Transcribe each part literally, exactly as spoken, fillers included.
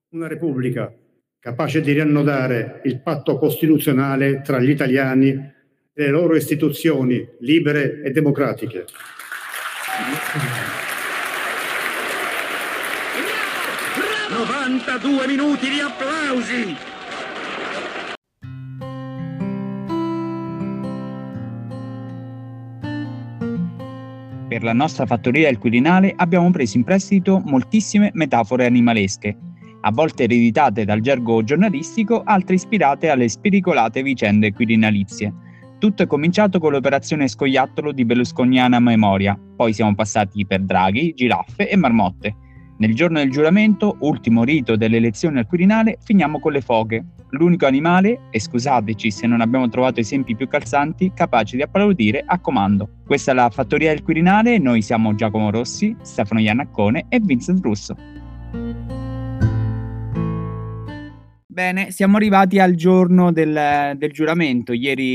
Una Repubblica capace di riannodare il patto costituzionale tra gli italiani e le loro istituzioni libere e democratiche. novantadue minuti di applausi! Per la nostra fattoria del Quirinale abbiamo preso in prestito moltissime metafore animalesche, a volte ereditate dal gergo giornalistico, altre ispirate alle spericolate vicende quirinalizie. Tutto è cominciato con l'operazione scoiattolo di berlusconiana memoria, poi siamo passati per draghi, giraffe e marmotte. Nel giorno del giuramento, ultimo rito delle elezioni al Quirinale, finiamo con le foche, l'unico animale, e scusateci se non abbiamo trovato esempi più calzanti, capaci di applaudire a comando. Questa è la fattoria del Quirinale, noi siamo Giacomo Rossi, Stefano Iannaccone e Vincent Russo. Bene, siamo arrivati al giorno del, del giuramento.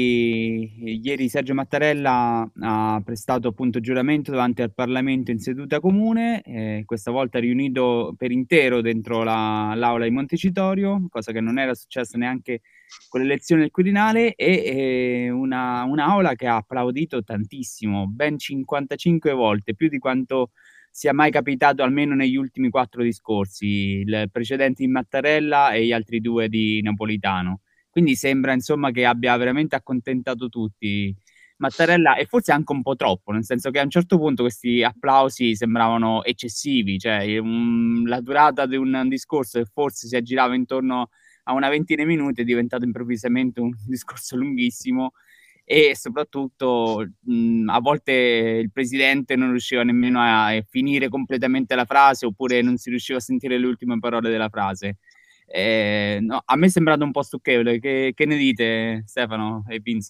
Ieri, ieri Sergio Mattarella ha prestato appunto giuramento davanti al Parlamento in seduta comune, eh, questa volta riunito per intero dentro la, l'aula di Montecitorio, cosa che non era successa neanche con l'elezione del Quirinale, e eh, una, un'aula che ha applaudito tantissimo, ben cinquantacinque volte, più di quanto sia mai capitato almeno negli ultimi quattro discorsi, il precedente di Mattarella e gli altri due di Napolitano. Quindi sembra insomma che abbia veramente accontentato tutti Mattarella, e forse anche un po' troppo, nel senso che a un certo punto questi applausi sembravano eccessivi, cioè um, la durata di un discorso che forse si aggirava intorno a una ventina di minuti è diventato improvvisamente un discorso lunghissimo. E soprattutto mh, a volte il presidente non riusciva nemmeno a, a finire completamente la frase, oppure non si riusciva a sentire le ultime parole della frase. Eh, no, a me è sembrato un po' stucchevole. Che, che ne dite, Stefano e Vince?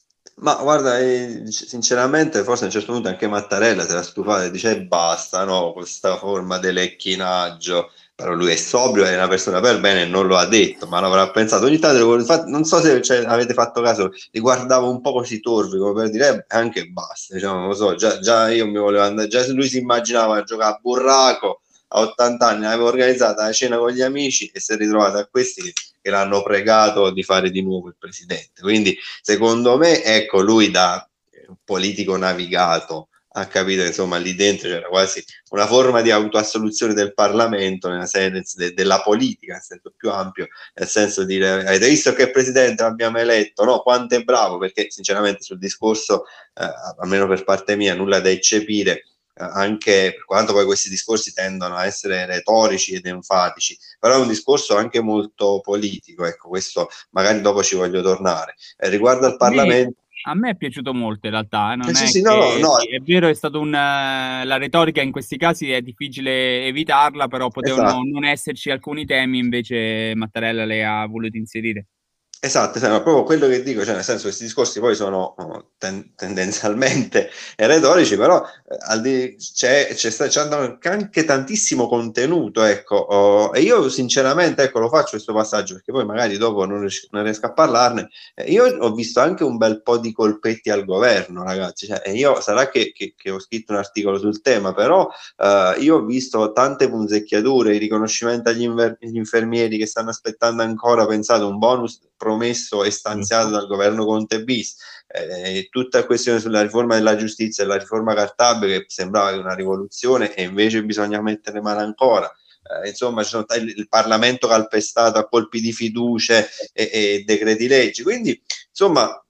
Ma guarda, eh, sinceramente forse a un certo punto anche Mattarella si era stufato e dice basta, no, questa forma di lecchinaggio. Però lui è sobrio, è una persona per bene, non lo ha detto, ma l'avrà pensato. Ogni tanto, non so se cioè, avete fatto caso, li guardavo un po' così torvi, come per dire, eh, anche basta, diciamo, non lo so, già, già io mi volevo andare, già se lui si immaginava giocare a burraco, a ottanta anni, aveva organizzato la cena con gli amici e si è ritrovato a questi che, che l'hanno pregato di fare di nuovo il presidente. Quindi, secondo me, ecco, lui da politico navigato, ha capito, insomma, lì dentro c'era quasi una forma di autoassoluzione del Parlamento nella sede de- della politica, nel senso più ampio, nel senso di dire, avete visto che presidente abbiamo eletto, no? Quanto è bravo, perché sinceramente sul discorso, eh, almeno per parte mia, nulla da eccepire, eh, anche per quanto poi questi discorsi tendono a essere retorici ed enfatici, però è un discorso anche molto politico, ecco, questo magari dopo ci voglio tornare. Eh, riguardo al Parlamento, a me è piaciuto molto in realtà, eh? Non sì, è sì, che, no, no. sì, è vero, è stato un, la retorica in questi casi è difficile evitarla, però potevano Esatto. non esserci alcuni temi, invece Mattarella le ha voluto inserire. Esatto, cioè, ma proprio quello che dico, cioè nel senso questi discorsi poi sono oh, ten- tendenzialmente retorici, però eh, al di- c'è, c'è, sta- c'è anche tantissimo contenuto, ecco, oh, e io sinceramente, ecco, lo faccio questo passaggio perché poi magari dopo non, ries- non riesco a parlarne. Eh, io ho visto anche un bel po' di colpetti al governo, ragazzi, cioè, e io sarà che, che, che ho scritto un articolo sul tema, però eh, io ho visto tante punzecchiature, i riconoscimenti agli, inver- agli infermieri che stanno aspettando ancora, pensate, un bonus promesso e stanziato dal governo Conte bis, eh, tutta questione sulla riforma della giustizia e la riforma Cartabia che sembrava una rivoluzione e invece bisogna mettere mano ancora. Eh, insomma, ci sono t- il Parlamento calpestato a colpi di fiducie e, e decreti leggi, quindi insomma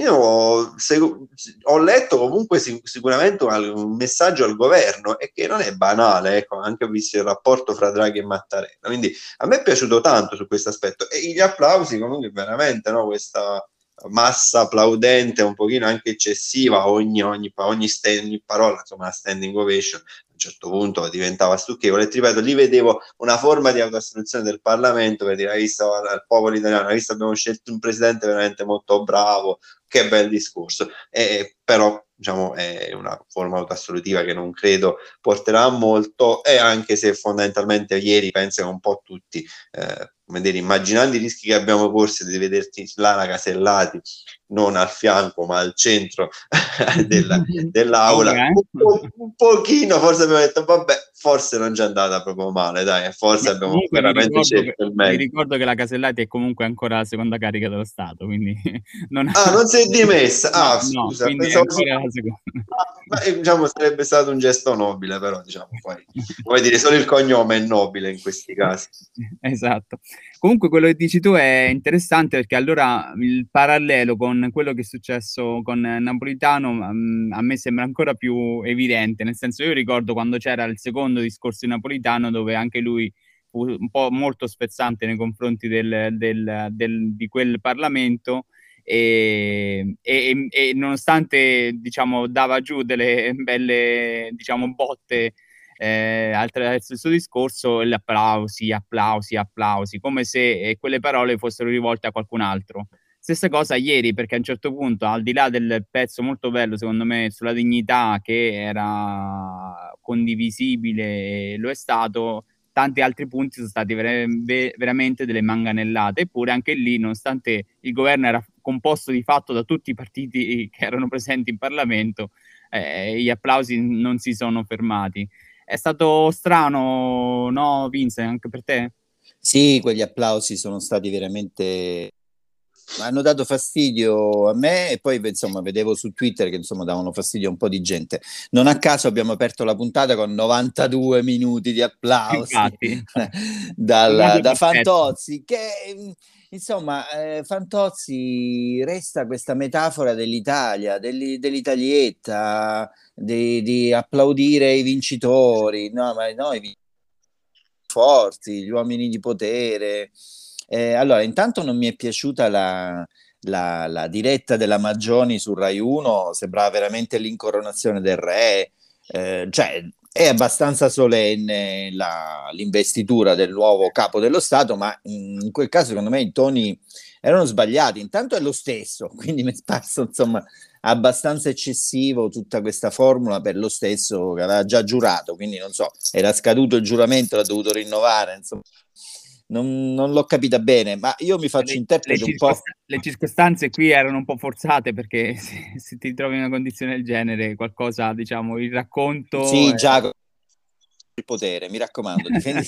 io se, ho letto comunque sic- sicuramente un, un messaggio al governo e che non è banale, ecco, anche visto il rapporto fra Draghi e Mattarella, quindi a me è piaciuto tanto su questo aspetto e gli applausi comunque veramente, no, questa massa applaudente un pochino anche eccessiva, ogni, ogni, ogni, stand, ogni parola, insomma una standing ovation a un certo punto diventava stucchevole e ti ripeto, lì vedevo una forma di autoassoluzione del Parlamento per dire, hai visto al popolo italiano, hai visto abbiamo scelto un presidente veramente molto bravo, che bel discorso, e, però diciamo è una forma autoassolutiva che non credo porterà a molto, e anche se fondamentalmente ieri penso che un po' tutti eh, come dire, immaginando i rischi che abbiamo corso di vederti là casellati non al fianco ma al centro della, dell'aula, Ora, eh? un, po', un pochino forse abbiamo detto vabbè forse non ci è andata proprio male, dai, forse Ma abbiamo comunque vi veramente ricordo, scelto che, il vi meglio. ricordo che la Casellati è comunque ancora la seconda carica dello Stato, quindi non ha... Ah, non si è dimessa? No, Ah, no, scusa, quindi è pensavo si... ancora la seconda. Ma, eh, diciamo, sarebbe stato un gesto nobile, però, diciamo, poi, vuoi dire, solo il cognome è nobile in questi casi. Esatto. Comunque quello che dici tu è interessante, perché allora il parallelo con quello che è successo con Napolitano mh, a me sembra ancora più evidente, nel senso, io ricordo quando c'era il secondo discorso di Napolitano, dove anche lui fu un po' molto spezzante nei confronti del, del, del, di quel Parlamento, e, e, e nonostante, diciamo, dava giù delle belle, diciamo, botte eh, attraverso il suo discorso, gli applausi, applausi, applausi, come se eh, quelle parole fossero rivolte a qualcun altro. Stessa cosa ieri, perché a un certo punto, al di là del pezzo molto bello, secondo me, sulla dignità, che era condivisibile e lo è stato, tanti altri punti sono stati ver- ver- veramente delle manganellate. Eppure anche lì, nonostante il governo era composto di fatto da tutti i partiti che erano presenti in Parlamento, eh, gli applausi non si sono fermati. È stato strano, no, Vincent, anche per te? Sì, quegli applausi sono stati veramente... hanno dato fastidio a me, e poi insomma vedevo su Twitter che insomma davano fastidio a un po' di gente. Non a caso abbiamo aperto la puntata con novantadue minuti di applausi Infatti, dal, da perfetto. Fantozzi, che insomma eh, Fantozzi resta questa metafora dell'Italia, degli, dell'Italietta, di, di applaudire i vincitori, no, ma noi i forti, gli uomini di potere. Eh, allora, intanto non mi è piaciuta la, la, la diretta della Maggioni su Rai uno, sembrava veramente l'incoronazione del re, eh, cioè è abbastanza solenne la, l'investitura del nuovo capo dello Stato, ma in quel caso secondo me i toni erano sbagliati. Intanto è lo stesso, quindi mi è parso insomma abbastanza eccessivo tutta questa formula per lo stesso che aveva già giurato, quindi non so, era scaduto il giuramento, l'ha dovuto rinnovare, insomma. Non, non l'ho capita bene, ma io mi faccio le, interprete le un po'. Le circostanze qui erano un po' forzate, perché se, se ti trovi in una condizione del genere, qualcosa, diciamo, il racconto... Sì, è... Giacomo, il potere, mi raccomando, difendi.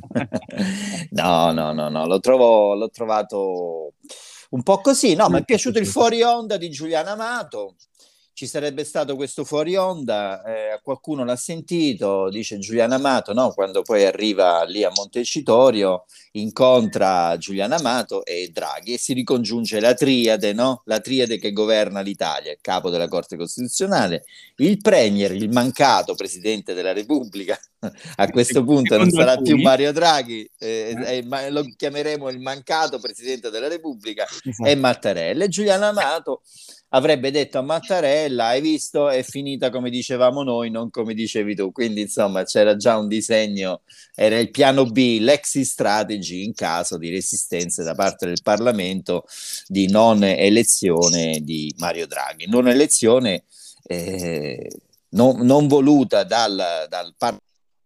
no, no, no, no, lo trovo, l'ho trovato un po' così. No, mi è piaciuto il fuori onda di Giuliano Amato. Ci sarebbe stato questo fuori onda, eh, qualcuno l'ha sentito, dice Giuliano Amato, no? Quando poi arriva lì a Montecitorio, incontra Giuliano Amato e Draghi e si ricongiunge la triade, no? La triade che governa l'Italia, il capo della Corte Costituzionale, il premier, il mancato Presidente della Repubblica, a questo punto non sarà più Mario Draghi, eh, eh. Eh, lo chiameremo il mancato Presidente della Repubblica, esatto. E Mattarella. E Giuliano Amato avrebbe detto a Mattarella: hai visto, è finita come dicevamo noi, non come dicevi tu. Quindi insomma c'era già un disegno, era il piano B, l'exit strategy in caso di resistenze da parte del Parlamento di non elezione di Mario Draghi, non elezione eh, non, non voluta dal, dal Parlamento,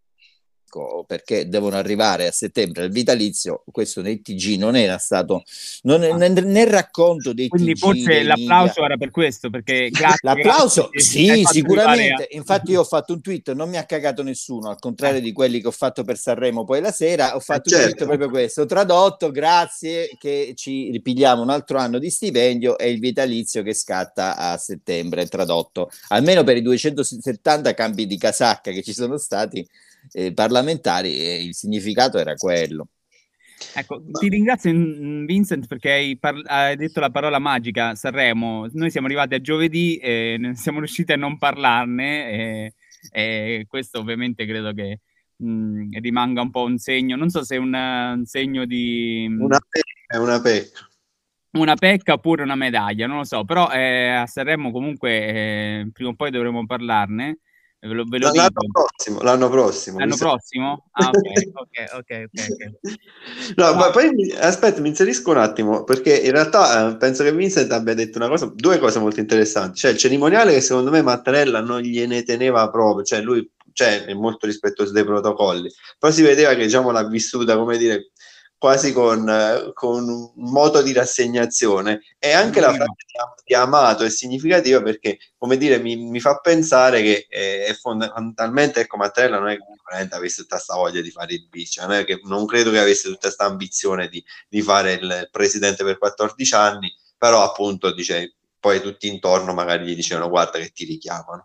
perché devono arrivare a settembre al vitalizio. Questo nei T G non era stato, non, ah. nel, nel racconto dei quindi T G, forse l'applauso media. Era per questo, perché grazie, l'applauso grazie, sì, sicuramente a... infatti io ho fatto un tweet, non mi ha cagato nessuno, al contrario eh. di quelli che ho fatto per Sanremo poi la sera, ho fatto eh, un certo. tweet proprio questo, tradotto: grazie che ci ripigliamo un altro anno di stipendio e il vitalizio che scatta a settembre, tradotto almeno per i duecentosettanta cambi di casacca che ci sono stati Eh, parlamentari, e il significato era quello. Ecco, ti ringrazio Vincent, perché hai, par- hai detto la parola magica, Sanremo. Noi siamo arrivati a giovedì e siamo riusciti a non parlarne, e, e questo ovviamente credo che mh, rimanga un po' un segno, non so se è un, un segno di... Una pecca, è una pecca. Una pecca oppure una medaglia, non lo so, però eh, a Sanremo comunque eh, prima o poi dovremo parlarne. Ve lo, ve lo l'anno dico. prossimo, l'anno prossimo. L'anno prossimo? Ah, ok, ok, ok, ok. No, no. ma poi aspetta, mi inserisco un attimo, perché in realtà eh, penso che Vincent abbia detto una cosa, due cose molto interessanti. Cioè il cerimoniale, che secondo me Mattarella non gliene teneva proprio, cioè lui cioè, è molto rispettoso dei protocolli, però si vedeva che, diciamo, l'ha vissuta, come dire, quasi con, con un moto di rassegnazione. E anche la frase di Amato è significativa perché, come dire, mi, mi fa pensare che è, è fondamentalmente, ecco, Mattarella non è che veramente avesse tutta questa voglia di fare il vice, non, è che, non credo che avesse tutta questa ambizione di, di fare il, il presidente per quattordici anni, però appunto dice, poi tutti intorno magari gli dicevano guarda che ti richiamano.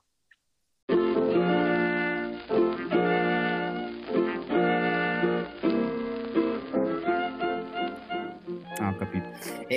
Ah, ho capito.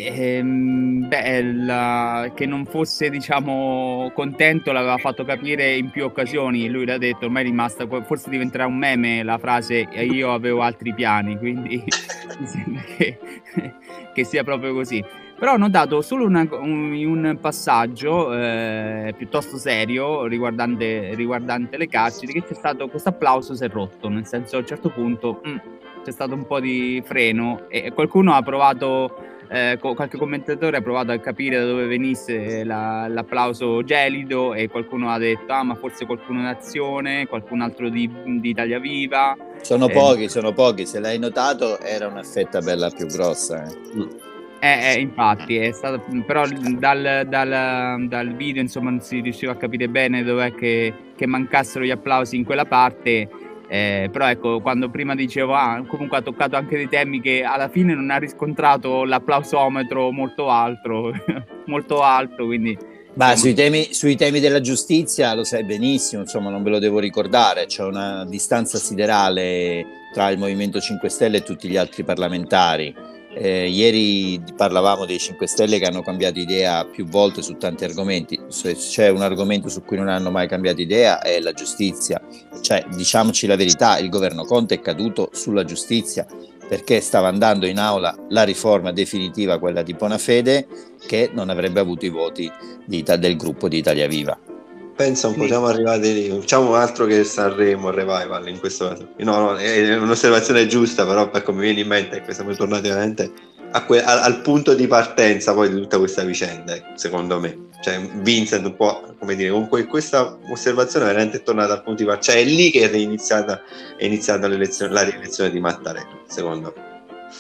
Ehm, beh, la- che non fosse, diciamo, contento l'aveva fatto capire in più occasioni. Lui l'ha detto, ormai è rimasta, forse diventerà un meme la frase "E io avevo altri piani", quindi mi sembra che, che sia proprio così. Però ho notato solo una- un, un passaggio eh, piuttosto serio riguardante, riguardante le carceri, che c'è stato questo applauso si è rotto, nel senso a un certo punto mm, c'è stato un po' di freno e qualcuno ha provato, eh, co- qualche commentatore ha provato a capire da dove venisse la- l'applauso gelido e qualcuno ha detto ah ma forse qualcuno d'Azione, qualcun altro di, di Italia Viva. Sono Eh, pochi, sono pochi, se l'hai notato era una fetta bella più grossa. Eh. Eh, eh, infatti, è stato, però dal, dal, dal video insomma non si riusciva a capire bene dov'è che, che mancassero gli applausi in quella parte, eh, però ecco, quando prima dicevo, ah, comunque ha toccato anche dei temi che alla fine non ha riscontrato l'applausometro molto alto, molto alto, quindi... Ma insomma, sui temi, sui temi della giustizia lo sai benissimo, insomma non ve lo devo ricordare, c'è una distanza siderale tra il Movimento cinque Stelle e tutti gli altri parlamentari. Eh, ieri parlavamo dei cinque Stelle che hanno cambiato idea più volte su tanti argomenti. Se c'è un argomento su cui non hanno mai cambiato idea è la giustizia, cioè diciamoci la verità, il governo Conte è caduto sulla giustizia perché stava andando in aula la riforma definitiva, quella di Bonafede, che non avrebbe avuto i voti di, del gruppo di Italia Viva. Pensa un po', siamo arrivati lì, facciamo altro che Sanremo Revival in questo caso. No, no, è un'osservazione giusta, però ecco, mi viene in mente che siamo tornati veramente a que- al, al punto di partenza poi di tutta questa vicenda, secondo me. Cioè Vincent un po', come dire, con que- questa osservazione veramente è tornata al punto di partenza, cioè è lì che è iniziata, è iniziata l'elezione, la rielezione di Mattarella, secondo me.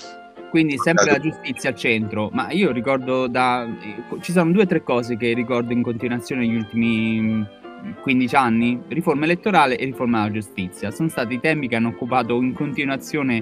Quindi sempre la giustizia al centro, ma io ricordo da... ci sono due o tre cose che ricordo in continuazione negli ultimi quindici anni, riforma elettorale e riforma della giustizia. Sono stati i temi che hanno occupato in continuazione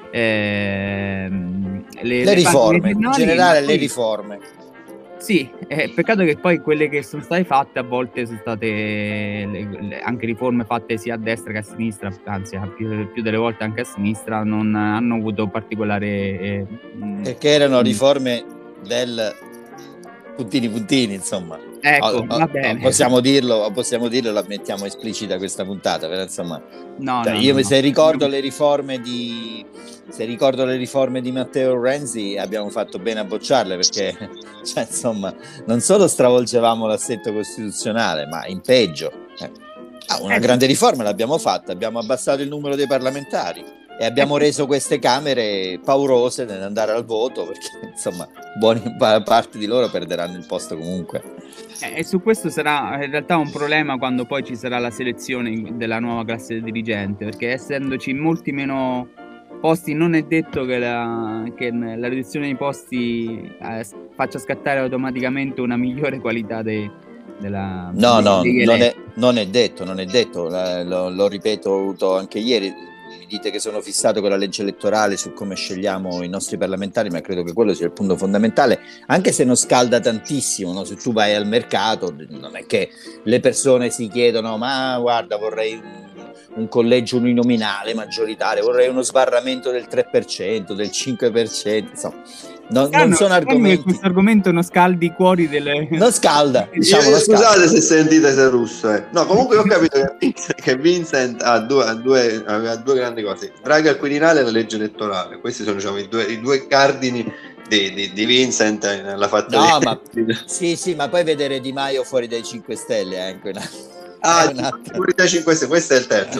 eh, le, le riforme, in generale poi... le riforme. Sì, eh, peccato che poi quelle che sono state fatte a volte sono state le, le, anche riforme fatte sia a destra che a sinistra, anzi più, più delle volte anche a sinistra, non hanno avuto particolare... Eh, perché erano riforme del puntini puntini, insomma. Ecco, oh, va oh, bene. Possiamo dirlo, possiamo dirlo, la mettiamo esplicita questa puntata, però insomma... No, cioè, no, io no, se no. ricordo le riforme di... se ricordo le riforme di Matteo Renzi abbiamo fatto bene a bocciarle perché cioè, insomma non solo stravolgevamo l'assetto costituzionale ma in peggio eh. ah, una eh, grande riforma l'abbiamo fatta, abbiamo abbassato il numero dei parlamentari e abbiamo reso queste Camere paurose nell'andare al voto perché insomma buone parte di loro perderanno il posto comunque. E su questo sarà in realtà un problema quando poi ci sarà la selezione della nuova classe dirigente, perché essendoci molti meno posti non è detto che la, che la riduzione dei posti eh, faccia scattare automaticamente una migliore qualità dei, della no dei, no degli non è, non è detto non è detto lo, lo ripeto anche ieri. Mi dite che sono fissato con la legge elettorale su come scegliamo i nostri parlamentari, ma credo che quello sia il punto fondamentale, anche se non scalda tantissimo, no? Se tu vai al mercato non è che le persone si chiedono ma guarda vorrei un, un collegio uninominale maggioritario, vorrei uno sbarramento del tre per cento, del cinque per cento, insomma. Non, non sono argomenti. Questo argomento non scaldi i cuori delle... Non scalda, diciamo, non scusate scalda. se sentite se russo. Eh. No, comunque ho capito che Vincent, che Vincent ha, due, ha, due, ha due grandi cose: Draga al Quirinale e la legge elettorale. Questi sono diciamo, i, due, i due cardini di, di, di Vincent nella fattoria. No, ma sì, sì, ma poi vedere Di Maio fuori dai cinque Stelle è anche una. Ah, una... fuori dai cinque Stelle, questo è il terzo.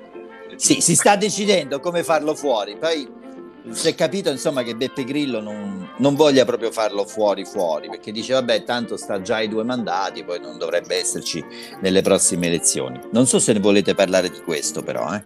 Sì, si sta decidendo come farlo fuori. Poi si è capito insomma che Beppe Grillo non, non voglia proprio farlo fuori fuori perché dice vabbè tanto sta già ai due mandati, poi non dovrebbe esserci nelle prossime elezioni. Non so se ne volete parlare di questo però eh.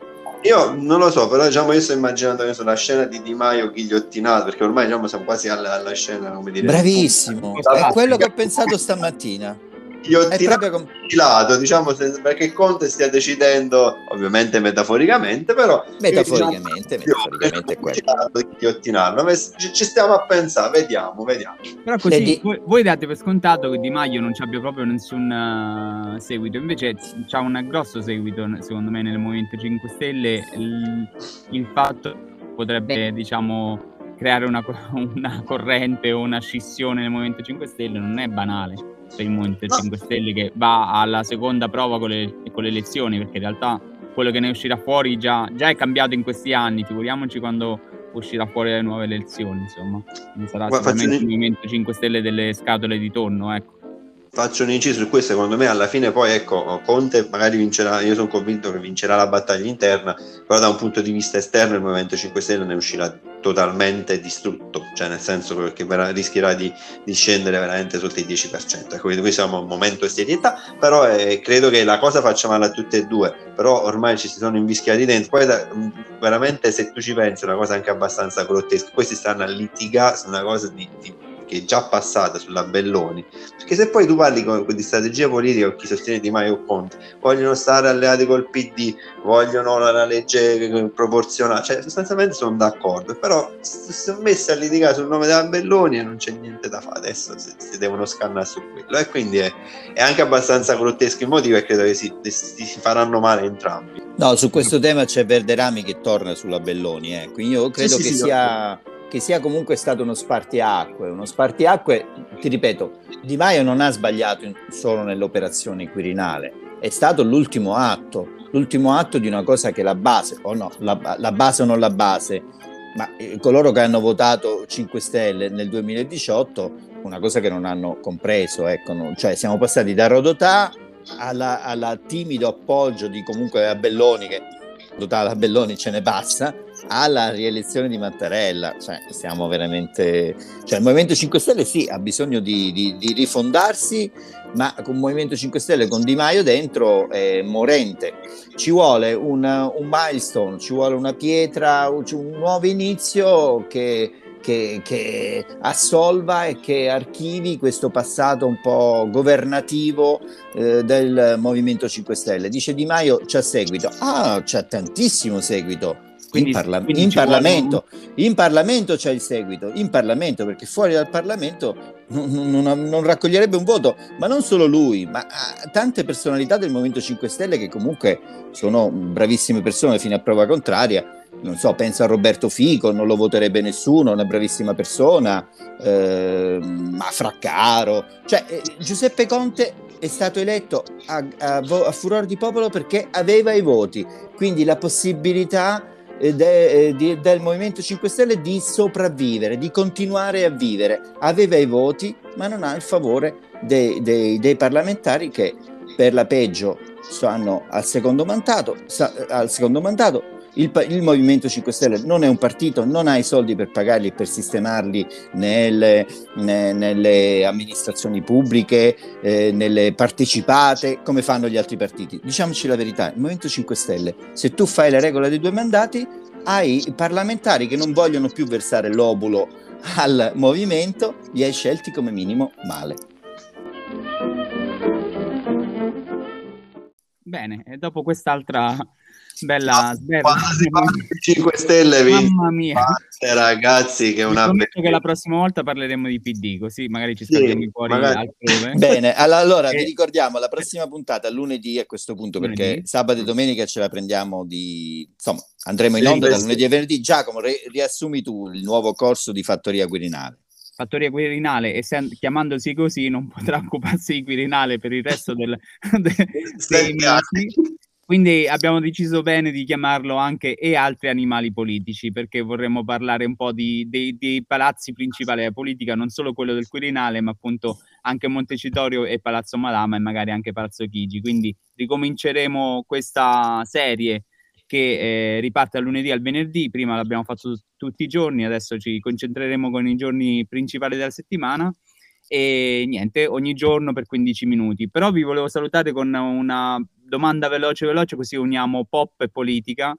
Io non lo so, però diciamo io sto immaginando adesso la scena di Di Maio ghigliottinato, perché ormai diciamo siamo quasi alla, alla scena, come dire, bravissimo, è quello che ho pensato stamattina. Ghigliottinato, com- diciamo, se, perché Conte stia decidendo, ovviamente metaforicamente, però metaforicamente, diciamo, metaforicamente è quello. Ghigliottinarlo. Ci, ci stiamo a pensare, vediamo, vediamo. Però così di- voi, voi date per scontato che Di Maio non ci abbia proprio nessun uh, seguito, invece c'ha un grosso seguito secondo me nel Movimento cinque Stelle. Il, il fatto potrebbe, diciamo, creare una, una corrente o una scissione nel Movimento cinque Stelle non è banale per il Movimento no. cinque Stelle, che va alla seconda prova con le, con le elezioni, perché in realtà quello che ne uscirà fuori già, già è cambiato in questi anni, figuriamoci quando uscirà fuori le nuove elezioni, insomma. Quindi sarà Guarda, sicuramente il Movimento cinque Stelle delle scatole di tonno, ecco. Faccio un inciso su questo, secondo me alla fine poi ecco Conte magari vincerà, io sono convinto che vincerà la battaglia interna, però da un punto di vista esterno il Movimento cinque Stelle ne uscirà totalmente distrutto, cioè nel senso che rischierà di, di scendere veramente sotto il dieci per cento, ecco, quindi qui siamo a un momento di serietà, però eh, credo che la cosa faccia male a tutte e due, però ormai ci si sono invischiati dentro, poi da, veramente se tu ci pensi è una cosa anche abbastanza grottesca, questi stanno a litigare su una cosa di, di che è già passata sulla Belloni, perché se poi tu parli con, con di strategia politica con chi sostiene Di Maio o Conte, vogliono stare alleati col P D, vogliono una legge proporzionale, cioè sostanzialmente sono d'accordo, però si sono messi a litigare sul nome della Belloni e non c'è niente da fare, adesso si, si devono scannare su quello, e quindi è, è anche abbastanza grottesco il motivo, e credo che si, si, si faranno male entrambi. No, su questo tema c'è Verderami che torna sulla Belloni, ecco, io credo sì, che sì, sia... sì. che sia comunque stato uno spartiacque, uno spartiacque, ti ripeto, Di Maio non ha sbagliato in, solo nell'operazione Quirinale, è stato l'ultimo atto, l'ultimo atto di una cosa che la base, o no, la, la base o non la base, ma eh, coloro che hanno votato cinque Stelle nel duemiladiciotto, una cosa che non hanno compreso, ecco, no, cioè siamo passati da Rodotà alla, alla timido appoggio di comunque a Belloni, che Rodotà la Belloni ce ne passa, alla rielezione di Mattarella, cioè siamo veramente, cioè il Movimento cinque Stelle sì ha bisogno di, di, di rifondarsi, ma con il Movimento cinque Stelle con Di Maio dentro è morente, ci vuole un, un milestone, ci vuole una pietra, un nuovo inizio che, che, che assolva e che archivi questo passato un po' governativo eh, del Movimento cinque Stelle. Dice Di Maio c'ha seguito, ah c'ha tantissimo seguito. Quindi, in, parla- quindi in Parlamento un... in Parlamento c'è il seguito, in Parlamento, perché fuori dal Parlamento non, non, non raccoglierebbe un voto, ma non solo lui, ma tante personalità del Movimento cinque Stelle che comunque sono bravissime persone fino a prova contraria. Non so, penso a Roberto Fico, non lo voterebbe nessuno, è una bravissima persona, eh, ma Fraccaro, cioè eh, Giuseppe Conte è stato eletto a, a, a furor di popolo perché aveva i voti, quindi la possibilità De, de, del Movimento cinque Stelle di sopravvivere, di continuare a vivere. Aveva i voti, ma non ha il favore dei, dei, dei parlamentari che per la peggio stanno al secondo mandato. Al secondo mandato. Il, il Movimento cinque Stelle non è un partito, non ha i soldi per pagarli e per sistemarli nelle, ne, nelle amministrazioni pubbliche, eh, nelle partecipate, come fanno gli altri partiti. Diciamoci la verità, il Movimento cinque Stelle, se tu fai la regola dei due mandati, hai parlamentari che non vogliono più versare l'obulo al movimento, li hai scelti come minimo male. Bene, e dopo quest'altra bella sberla, cinque Stelle, mamma mia, Parte, ragazzi, che è una prometto che la prossima volta parleremo di P D, così magari ci sì, scambiamo fuori magari... altrove. Bene, allora e... vi ricordiamo la prossima puntata lunedì a questo punto, lunedì. Perché sabato e domenica ce la prendiamo di, insomma, andremo in onda da lunedì e venerdì. Giacomo, ri- riassumi tu il nuovo corso di Fattoria Quirinale. Fattoria Quirinale, essendo, chiamandosi così, non potrà occuparsi di Quirinale per il resto del, de, dei mesi. Quindi abbiamo deciso bene di chiamarlo anche e altri animali politici, perché vorremmo parlare un po' di, dei, dei palazzi principali della politica, non solo quello del Quirinale, ma appunto anche Montecitorio e Palazzo Madama e magari anche Palazzo Chigi. Quindi ricominceremo questa serie che eh, riparte dal lunedì al venerdì. Prima l'abbiamo fatto tutti i giorni, adesso ci concentreremo con i giorni principali della settimana e niente, ogni giorno per quindici minuti. Però vi volevo salutare con una domanda veloce veloce, così uniamo pop e politica,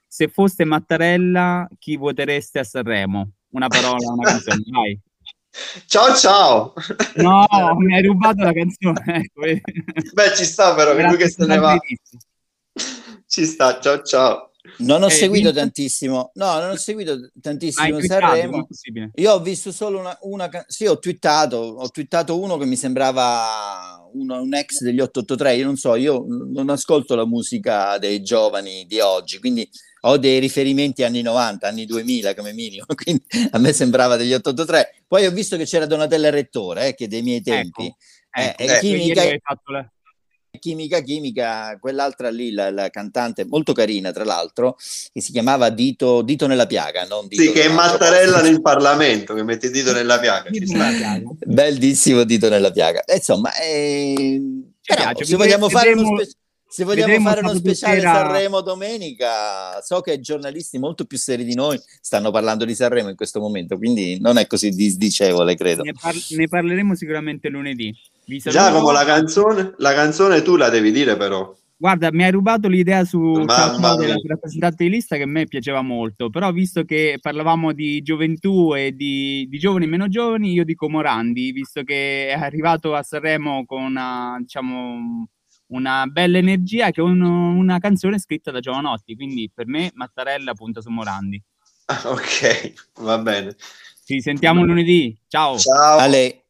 se foste Mattarella, chi votereste a Sanremo? Una parola, una canzone, vai. Ciao ciao! No, mi hai rubato la canzone. Beh, ci sta però, che lui che se ne va. Ci sta, ciao ciao. Non ho Eh, seguito vinto? tantissimo, no, non ho seguito tantissimo Hai twittato, Sanremo. come è possibile? Io ho visto solo una, una ca- sì, ho twittato, ho twittato uno che mi sembrava uno- un ex degli otto otto tre. Io non so, io non ascolto la musica dei giovani di oggi, quindi ho dei riferimenti anni novanta, anni duemila come minimo, quindi a me sembrava degli otto otto tre. Poi ho visto che c'era Donatella Rettore, eh, che è dei miei tempi. Ecco, Eh, ecco. e Eh, chimica, Ieri hai fatto la- chimica, chimica, quell'altra lì, la, la cantante molto carina, tra l'altro, che si chiamava Dito, Dito nella piaga, non Dito Sì, che è in un altro Mattarella posto. nel Parlamento, che mette il dito nella piaga. Ci Dito sta. nella piaga. Bellissimo Dito nella piaga. E insomma, eh, Ci però, piace, se vogliamo vedremo- fare uno, spe- se vogliamo vedremo fare uno sabato speciale sera- Sanremo domenica, so che giornalisti molto più seri di noi stanno parlando di Sanremo in questo momento, quindi non è così disdicevole, credo. Ne, par- ne parleremo sicuramente lunedì. Vi saluto. Giacomo, la canzone, la canzone tu la devi dire però. Guarda, mi hai rubato l'idea su Mamma Ciao Ciao della mia. rappresentante di lista, che a me piaceva molto, però visto che parlavamo di gioventù e di, di giovani meno giovani, io dico Morandi, visto che è arrivato a Sanremo con una, diciamo, una bella energia, che è un- una canzone scritta da Giovanotti, quindi per me Mattarella punta su Morandi. Ah, ok, va bene. Ci sentiamo lunedì, ciao! Ciao. A lei.